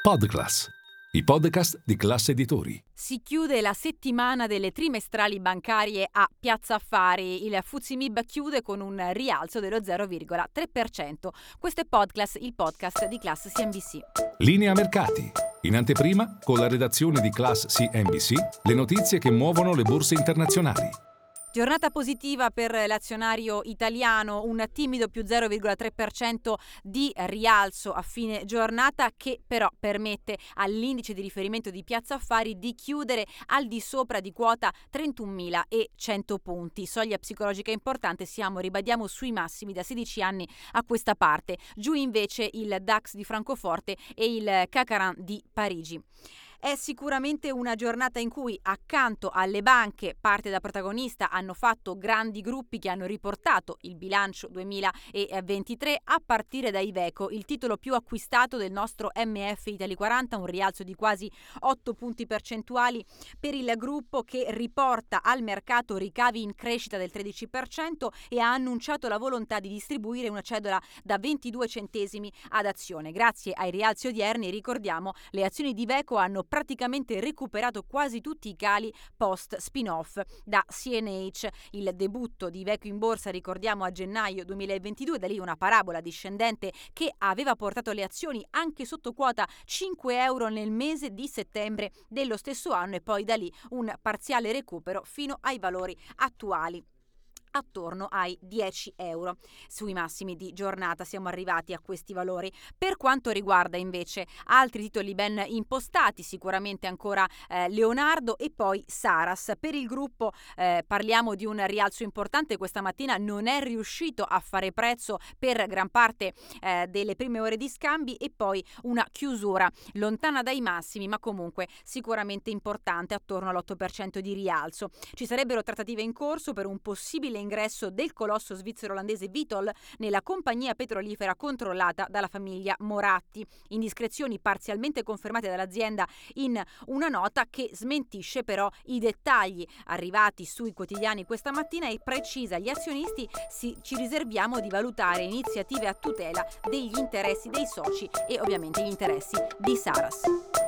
Podclass, i podcast di Class Editori. Si chiude la settimana delle trimestrali bancarie a Piazza Affari. Il FTSE/MIB chiude con un rialzo dello 0,3%. Questo è Podclass, il podcast di Class CNBC. Linea mercati. In anteprima, con la redazione di Class CNBC, le notizie che muovono le borse internazionali. Giornata positiva per l'azionario italiano, un timido più 0,3% di rialzo a fine giornata che però permette all'indice di riferimento di Piazza Affari di chiudere al di sopra di quota 31.100 punti. Soglia psicologica importante, ribadiamo sui massimi da 16 anni a questa parte. Giù invece il DAX di Francoforte e il CAC 40 di Parigi. È sicuramente una giornata in cui accanto alle banche, parte da protagonista, hanno fatto grandi gruppi che hanno riportato il bilancio 2023 a partire da Iveco, il titolo più acquistato del nostro MF Italy 40, un rialzo di quasi 8 punti percentuali per il gruppo che riporta al mercato ricavi in crescita del 13% e ha annunciato la volontà di distribuire una cedola da 22 centesimi ad azione. Grazie ai rialzi odierni, ricordiamo, le azioni di Iveco hanno praticamente recuperato quasi tutti i cali post spin-off da CNH. Il debutto di Iveco in borsa, ricordiamo, a gennaio 2022, da lì una parabola discendente che aveva portato le azioni anche sotto quota 5 euro nel mese di settembre dello stesso anno e poi da lì un parziale recupero fino ai valori attuali, attorno ai 10 euro. Sui massimi di giornata siamo arrivati a questi valori. Per quanto riguarda invece altri titoli ben impostati, sicuramente ancora Leonardo e poi Saras. Per il gruppo parliamo di un rialzo importante. Questa mattina non è riuscito a fare prezzo per gran parte delle prime ore di scambi e poi una chiusura lontana dai massimi, ma comunque sicuramente importante, attorno all'8% di rialzo. Ci sarebbero trattative in corso per un possibile ingresso del colosso svizzero-olandese Vitol nella compagnia petrolifera controllata dalla famiglia Moratti. Indiscrezioni parzialmente confermate dall'azienda in una nota che smentisce però i dettagli arrivati sui quotidiani questa mattina e precisa: gli azionisti ci riserviamo di valutare iniziative a tutela degli interessi dei soci e ovviamente gli interessi di Saras.